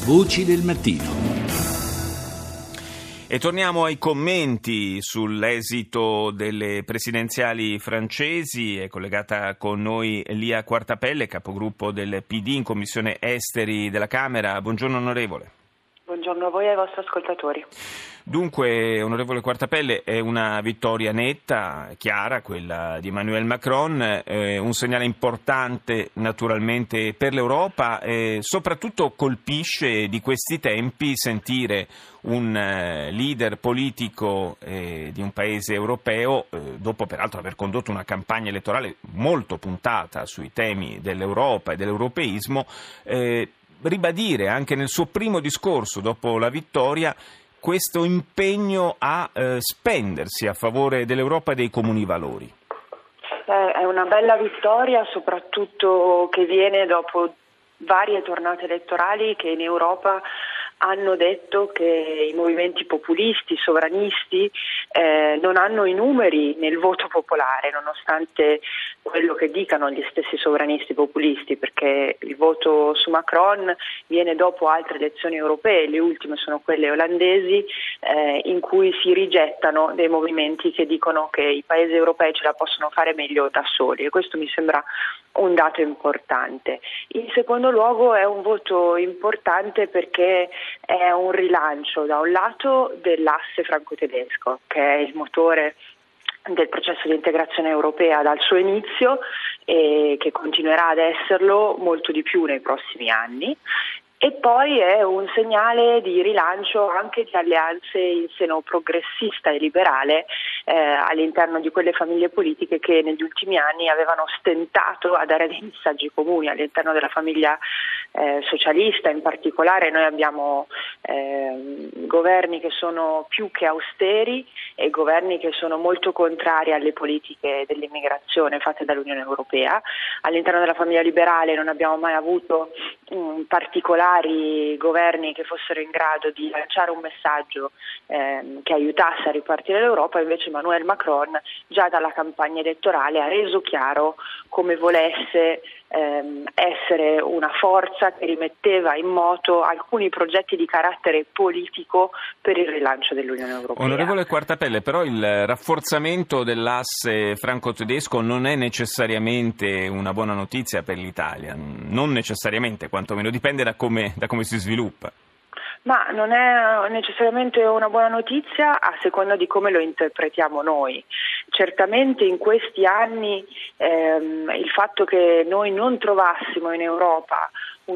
Voci del mattino. E torniamo ai commenti sull'esito delle presidenziali francesi. È collegata con noi Lia Quartapelle, capogruppo del PD in Commissione Esteri della Camera. Buongiorno onorevole. Buongiorno a voi e ai vostri ascoltatori. Dunque, onorevole Quartapelle, è una vittoria netta, chiara, quella di Emmanuel Macron, un segnale importante naturalmente per l'Europa e soprattutto colpisce di questi tempi sentire un leader politico di un paese europeo, dopo peraltro aver condotto una campagna elettorale molto puntata sui temi dell'Europa e dell'europeismo, ribadire anche nel suo primo discorso dopo la vittoria questo impegno a spendersi a favore dell'Europa e dei comuni valori. È una bella vittoria, soprattutto che viene dopo varie tornate elettorali che in Europa hanno detto che i movimenti populisti, sovranisti, non hanno i numeri nel voto popolare, nonostante quello che dicano gli stessi sovranisti populisti, perché il voto su Macron viene dopo altre elezioni europee, le ultime sono quelle olandesi, in cui si rigettano dei movimenti che dicono che i paesi europei ce la possono fare meglio da soli, e questo mi sembra un dato importante. In secondo luogo è un voto importante perché è un rilancio da un lato dell'asse franco-tedesco, che è il motore del processo di integrazione europea dal suo inizio e che continuerà ad esserlo molto di più nei prossimi anni. E poi è un segnale di rilancio anche di alleanze in seno progressista e liberale all'interno di quelle famiglie politiche che negli ultimi anni avevano stentato a dare dei messaggi comuni all'interno della famiglia socialista. In particolare noi abbiamo governi che sono più che austeri e governi che sono molto contrari alle politiche dell'immigrazione fatte dall'Unione Europea. All'interno della famiglia liberale non abbiamo mai avuto particolari governi che fossero in grado di lanciare un messaggio che aiutasse a ripartire l'Europa. Invece Emmanuel Macron già dalla campagna elettorale ha reso chiaro come volesse essere una forza che rimetteva in moto alcuni progetti di carattere politico per il rilancio dell'Unione Europea. Onorevole Quartapelle, però il rafforzamento dell'asse franco-tedesco non è necessariamente una buona notizia per l'Italia, non necessariamente, quantomeno dipende da come si sviluppa. Ma non è necessariamente una buona notizia a seconda di come lo interpretiamo noi. Certamente in questi anni il fatto che noi non trovassimo in Europa un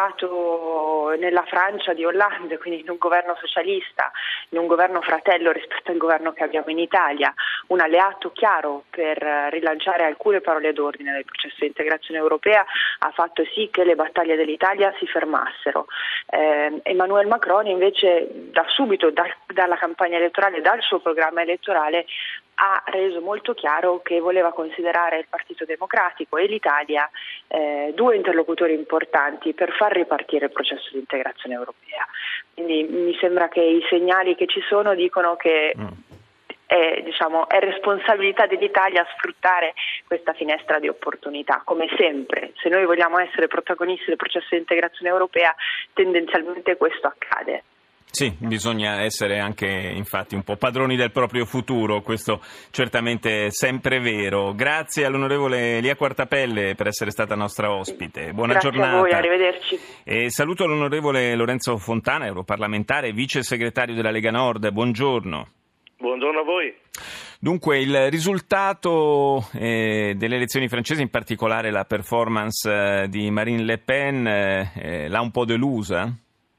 alleato nella Francia di Hollande, quindi in un governo socialista, in un governo fratello rispetto al governo che abbiamo in Italia, un alleato chiaro per rilanciare alcune parole d'ordine del processo di integrazione europea, ha fatto sì che le battaglie dell'Italia si fermassero. Emmanuel Macron invece da subito, dalla campagna elettorale, dal suo programma elettorale, ha reso molto chiaro che voleva considerare il Partito Democratico e l'Italia due interlocutori importanti per far ripartire il processo di integrazione europea. Quindi mi sembra che i segnali che ci sono dicono che è responsabilità dell'Italia sfruttare questa finestra di opportunità. Come sempre, se noi vogliamo essere protagonisti del processo di integrazione europea, tendenzialmente questo accade. Sì, bisogna essere anche infatti un po' padroni del proprio futuro, questo certamente è sempre vero. Grazie all'onorevole Lia Quartapelle per essere stata nostra ospite. Buona Grazie giornata. A voi, arrivederci. E saluto l'onorevole Lorenzo Fontana, europarlamentare, vice segretario della Lega Nord. Buongiorno. Buongiorno a voi. Dunque, il risultato delle elezioni francesi, in particolare la performance di Marine Le Pen, l'ha un po' delusa?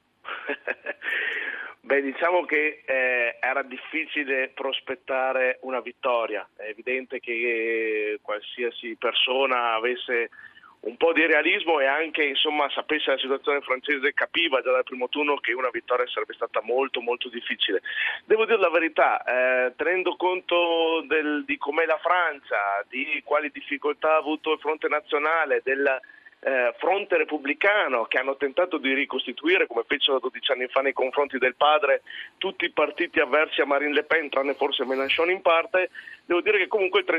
Beh, diciamo che era difficile prospettare una vittoria. È evidente che qualsiasi persona avesse un po' di realismo e anche sapesse la situazione francese, capiva già dal primo turno che una vittoria sarebbe stata molto molto difficile. Devo dire la verità, tenendo conto di com'è la Francia, di quali difficoltà ha avuto il fronte nazionale, fronte repubblicano, che hanno tentato di ricostituire, come fecero 12 anni fa nei confronti del padre, tutti i partiti avversi a Marine Le Pen, tranne forse Mélenchon in parte, devo dire che comunque il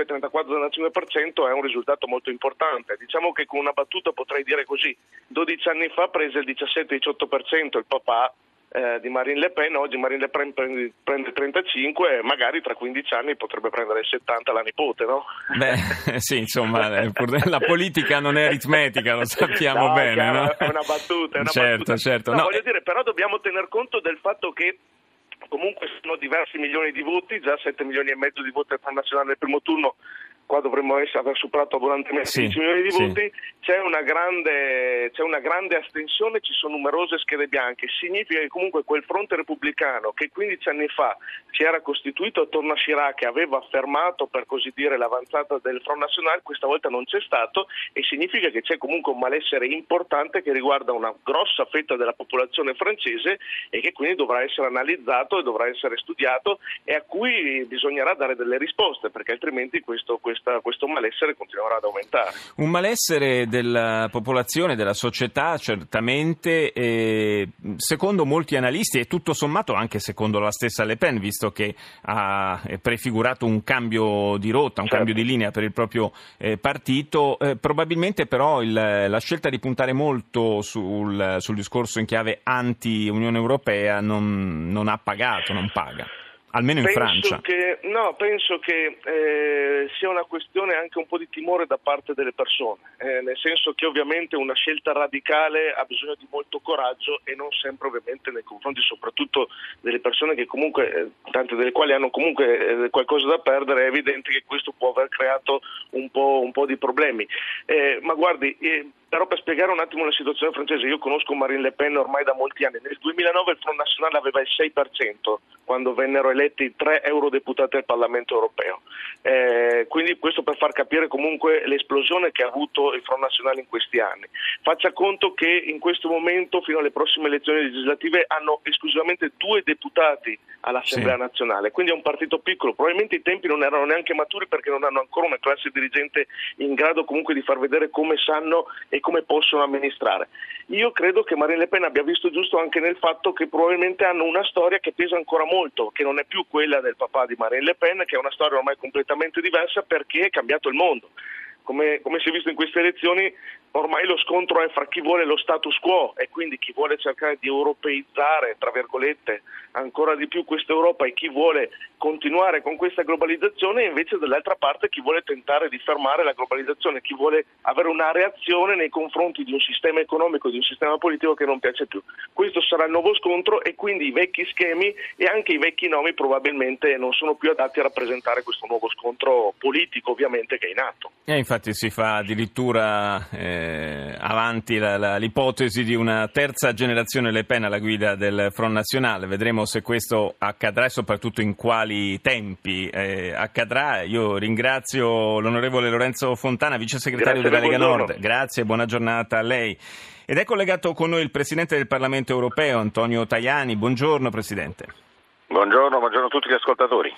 35-34,5% è un risultato molto importante. Diciamo che con una battuta potrei dire così: 12 anni fa prese il 17-18% il papà di Marine Le Pen, oggi Marine Le Pen prende 35 e magari tra 15 anni potrebbe prendere il 70 la nipote, no? Beh, sì, insomma, la politica non è aritmetica, lo sappiamo no, bene, chiaro, no? È una battuta, Certo. No, No, voglio dire, però dobbiamo tener conto del fatto che comunque sono diversi milioni di voti, già 7 milioni e mezzo di voti al Front Nazionale nel primo turno, qua dovremmo aver superato abbondantemente 10 milioni di voti, c'è una grande astensione, ci sono numerose schede bianche, significa che comunque quel fronte repubblicano che 15 anni fa si era costituito attorno a Chirac e aveva affermato, per così dire, l'avanzata del Front National, questa volta non c'è stato, e significa che c'è comunque un malessere importante che riguarda una grossa fetta della popolazione francese e che quindi dovrà essere analizzato e dovrà essere studiato e a cui bisognerà dare delle risposte, perché altrimenti questo malessere continuerà ad aumentare. Un malessere della popolazione, della società, certamente, secondo molti analisti e tutto sommato anche secondo la stessa Le Pen, visto che ha prefigurato un cambio di rotta, un cambio di linea per il proprio partito. Probabilmente però la scelta di puntare molto sul discorso in chiave anti-Unione Europea non ha pagato, non paga. Almeno in Francia. Penso che sia una questione anche un po' di timore da parte delle persone, nel senso che ovviamente una scelta radicale ha bisogno di molto coraggio e non sempre ovviamente nei confronti soprattutto delle persone che comunque, tante delle quali hanno comunque qualcosa da perdere, è evidente che questo può aver creato un po' di problemi. Ma guardi, però per spiegare un attimo la situazione francese, io conosco Marine Le Pen ormai da molti anni. Nel 2009 il Front National aveva il 6% quando vennero eletti 3 eurodeputati al Parlamento europeo. Quindi questo per far capire comunque l'esplosione che ha avuto il Front National in questi anni. Faccia conto che in questo momento, fino alle prossime elezioni legislative, hanno esclusivamente 2 deputati all'Assemblea nazionale, quindi è un partito piccolo. Probabilmente i tempi non erano neanche maturi perché non hanno ancora una classe dirigente in grado comunque di far vedere come sanno e come possono amministrare. Io credo che Marine Le Pen abbia visto giusto anche nel fatto che probabilmente hanno una storia che pesa ancora molto, che non è più quella del papà di Marine Le Pen, che è una storia ormai completamente diversa perché è cambiato il mondo. Come si è visto in queste elezioni, ormai lo scontro è fra chi vuole lo status quo e quindi chi vuole cercare di europeizzare, tra virgolette, ancora di più questa Europa e chi vuole continuare con questa globalizzazione e invece dall'altra parte chi vuole tentare di fermare la globalizzazione, chi vuole avere una reazione nei confronti di un sistema economico, di un sistema politico che non piace più. Questo sarà il nuovo scontro e quindi i vecchi schemi e anche i vecchi nomi probabilmente non sono più adatti a rappresentare questo nuovo scontro politico ovviamente che è in atto. Infatti si fa addirittura avanti l'ipotesi di una terza generazione Le Pen alla guida del Front National. Vedremo se questo accadrà e soprattutto in quali tempi accadrà. Io ringrazio l'onorevole Lorenzo Fontana, vice segretario della Lega Nord. Grazie, buona giornata a lei. Ed è collegato con noi il Presidente del Parlamento Europeo, Antonio Tajani. Buongiorno Presidente. Buongiorno a tutti gli ascoltatori.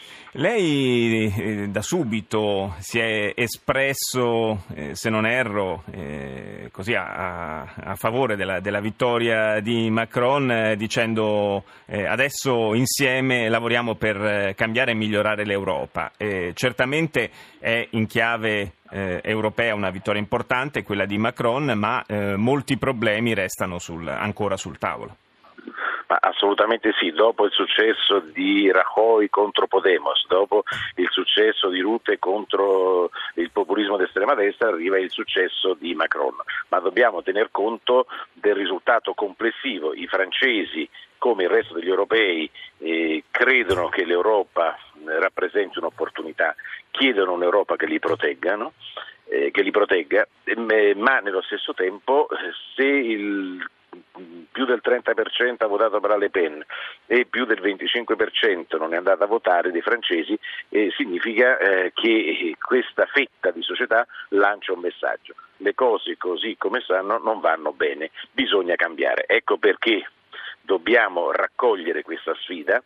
Lei da subito si è espresso, se non erro, così a favore della vittoria di Macron, dicendo adesso insieme lavoriamo per cambiare e migliorare l'Europa. Certamente è in chiave europea una vittoria importante, quella di Macron, ma molti problemi restano ancora sul tavolo. Ma assolutamente sì, dopo il successo di Rajoy contro Podemos, dopo il successo di Rutte contro il populismo d'estrema destra, arriva il successo di Macron, ma dobbiamo tener conto del risultato complessivo. I francesi, come il resto degli europei, credono che l'Europa rappresenti un'opportunità, chiedono un'Europa che li protegga, ma nello stesso tempo se più del 30% ha votato per la Le Pen e più del 25% non è andato a votare dei francesi, significa che questa fetta di società lancia un messaggio: le cose così come stanno non vanno bene, bisogna cambiare. Ecco perché dobbiamo raccogliere questa sfida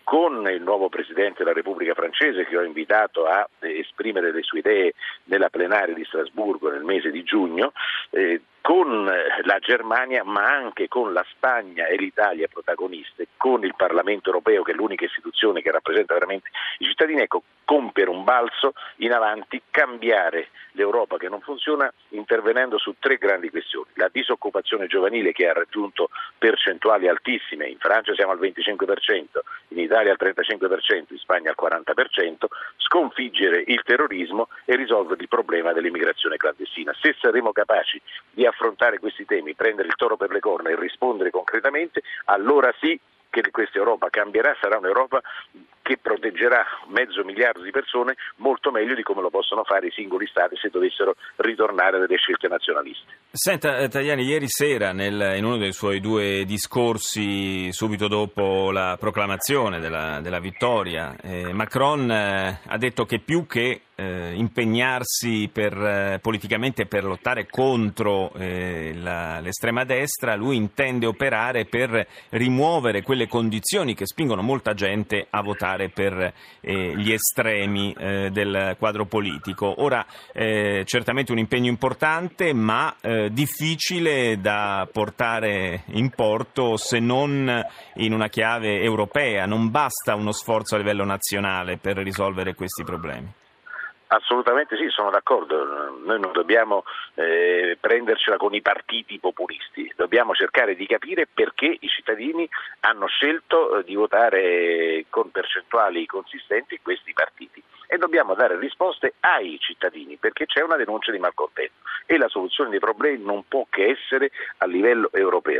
con il nuovo Presidente della Repubblica francese, che ho invitato a esprimere le sue idee nella plenaria di Strasburgo nel mese di giugno, con la Germania ma anche con la Spagna e l'Italia protagoniste, con il Parlamento europeo che è l'unica istituzione che rappresenta veramente i cittadini, ecco, compiere un balzo in avanti, cambiare l'Europa che non funziona, intervenendo su 3 grandi questioni: la disoccupazione giovanile, che ha raggiunto percentuali altissime, in Francia siamo al 25%, in Italia al 35%, in Spagna al 40%, sconfiggere il terrorismo e risolvere il problema dell'immigrazione clandestina. Se saremo capaci di affrontare questi temi, prendere il toro per le corna e rispondere concretamente, allora sì che questa Europa cambierà, sarà un'Europa che proteggerà 500 milioni di persone molto meglio di come lo possono fare i singoli Stati se dovessero ritornare alle scelte nazionaliste. Senta Tajani, ieri sera in uno dei suoi 2 discorsi subito dopo la proclamazione della vittoria, Macron ha detto che più che impegnarsi politicamente per lottare contro l'estrema destra, lui intende operare per rimuovere quelle condizioni che spingono molta gente a votare per gli estremi del quadro politico. Ora, certamente un impegno importante, ma difficile da portare in porto se non in una chiave europea. Non basta uno sforzo a livello nazionale per risolvere questi problemi. Assolutamente sì, sono d'accordo. Noi non dobbiamo prendercela con i partiti populisti, dobbiamo cercare di capire perché i cittadini hanno scelto di votare con percentuali consistenti questi partiti e dobbiamo dare risposte ai cittadini, perché c'è una denuncia di malcontento e la soluzione dei problemi non può che essere a livello europeo.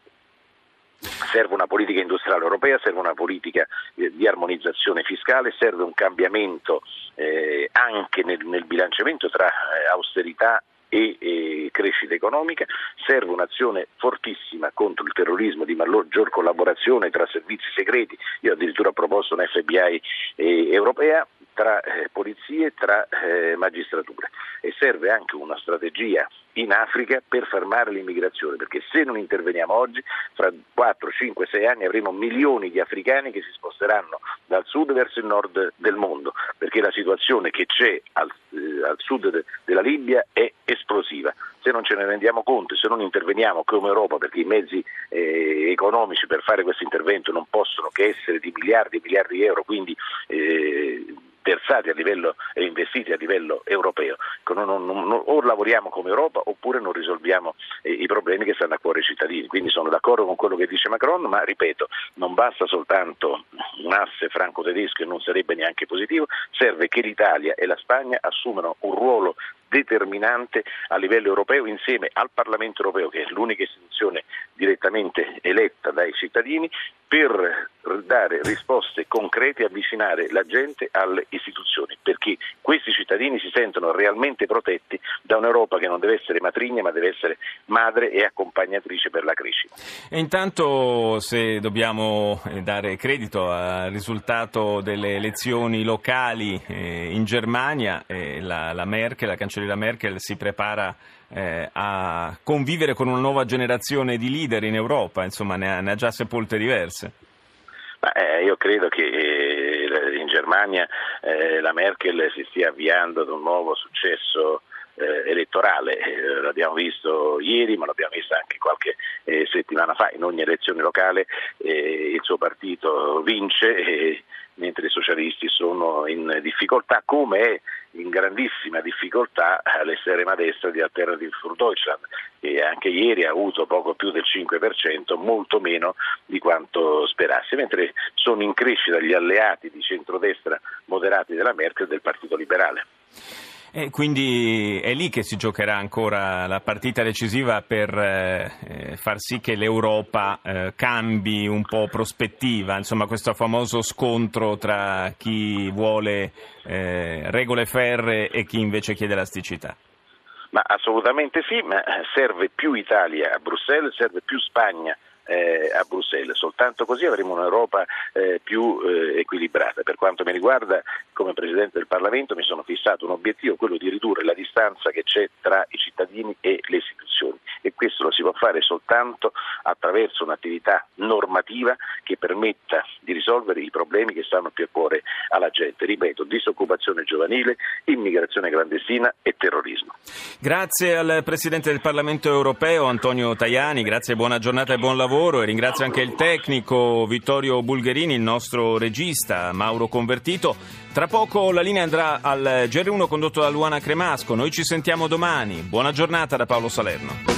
Serve una politica industriale europea, serve una politica di armonizzazione fiscale, serve un cambiamento anche nel bilanciamento tra austerità e crescita economica, serve un'azione fortissima contro il terrorismo di maggior collaborazione tra servizi segreti, io addirittura ho proposto un FBI europea, tra polizie, tra magistrature, e serve anche una strategia in Africa per fermare l'immigrazione, perché se non interveniamo oggi, fra 4, 5, 6 anni avremo milioni di africani che si sposteranno dal sud verso il nord del mondo, perché la situazione che c'è al sud della Libia è esplosiva. Se non ce ne rendiamo conto, se non interveniamo come Europa, perché i mezzi economici per fare questo intervento non possono che essere di miliardi e miliardi di euro, quindi versati a livello e investiti a livello europeo. O lavoriamo come Europa oppure non risolviamo i problemi che stanno a cuore ai cittadini. Quindi sono d'accordo con quello che dice Macron, ma ripeto, non basta soltanto un asse franco-tedesco e non sarebbe neanche positivo, serve che l'Italia e la Spagna assumano un ruolo determinante a livello europeo insieme al Parlamento europeo, che è l'unica istituzione direttamente eletta dai cittadini, per dare risposte concrete e avvicinare la gente alle istituzioni, perché questi cittadini si sentono realmente protetti da un'Europa che non deve essere matrigna ma deve essere madre e accompagnatrice per la crescita. E intanto, se dobbiamo dare credito al risultato delle elezioni locali in Germania, la cancelliera Merkel si prepara a convivere con una nuova generazione di leader in Europa, insomma ne ha già sepolte diverse. Io credo che in Germania la Merkel si stia avviando ad un nuovo successo elettorale, l'abbiamo visto ieri ma l'abbiamo visto anche qualche settimana fa. In ogni elezione locale il suo partito vince mentre i socialisti sono in difficoltà, come è in grandissima difficoltà l'estrema destra di Alternative für Deutschland, che anche ieri ha avuto poco più del 5%, molto meno di quanto sperasse, mentre sono in crescita gli alleati di centrodestra moderati della Merkel e del Partito Liberale. E quindi è lì che si giocherà ancora la partita decisiva per far sì che l'Europa cambi un po' prospettiva, insomma questo famoso scontro tra chi vuole regole ferree e chi invece chiede elasticità. Ma assolutamente sì, ma serve più Italia a Bruxelles, serve più Spagna a Bruxelles. Soltanto così avremo un'Europa più equilibrata. Per quanto mi riguarda, come Presidente del Parlamento mi sono fissato un obiettivo, quello di ridurre la distanza che c'è tra i cittadini e le istituzioni, e questo lo si può fare soltanto attraverso un'attività normativa che permetta di risolvere i problemi che stanno più a cuore alla gente. Ripeto, disoccupazione giovanile, immigrazione clandestina e terrorismo. Grazie al Presidente del Parlamento europeo Antonio Tajani, grazie, buona giornata e buon lavoro, e ringrazio anche il tecnico Vittorio Bulgherini, il nostro regista Mauro Convertito. Tra poco la linea andrà al GR1 condotto da Luana Cremasco. Noi ci sentiamo domani. Buona giornata da Paolo Salerno.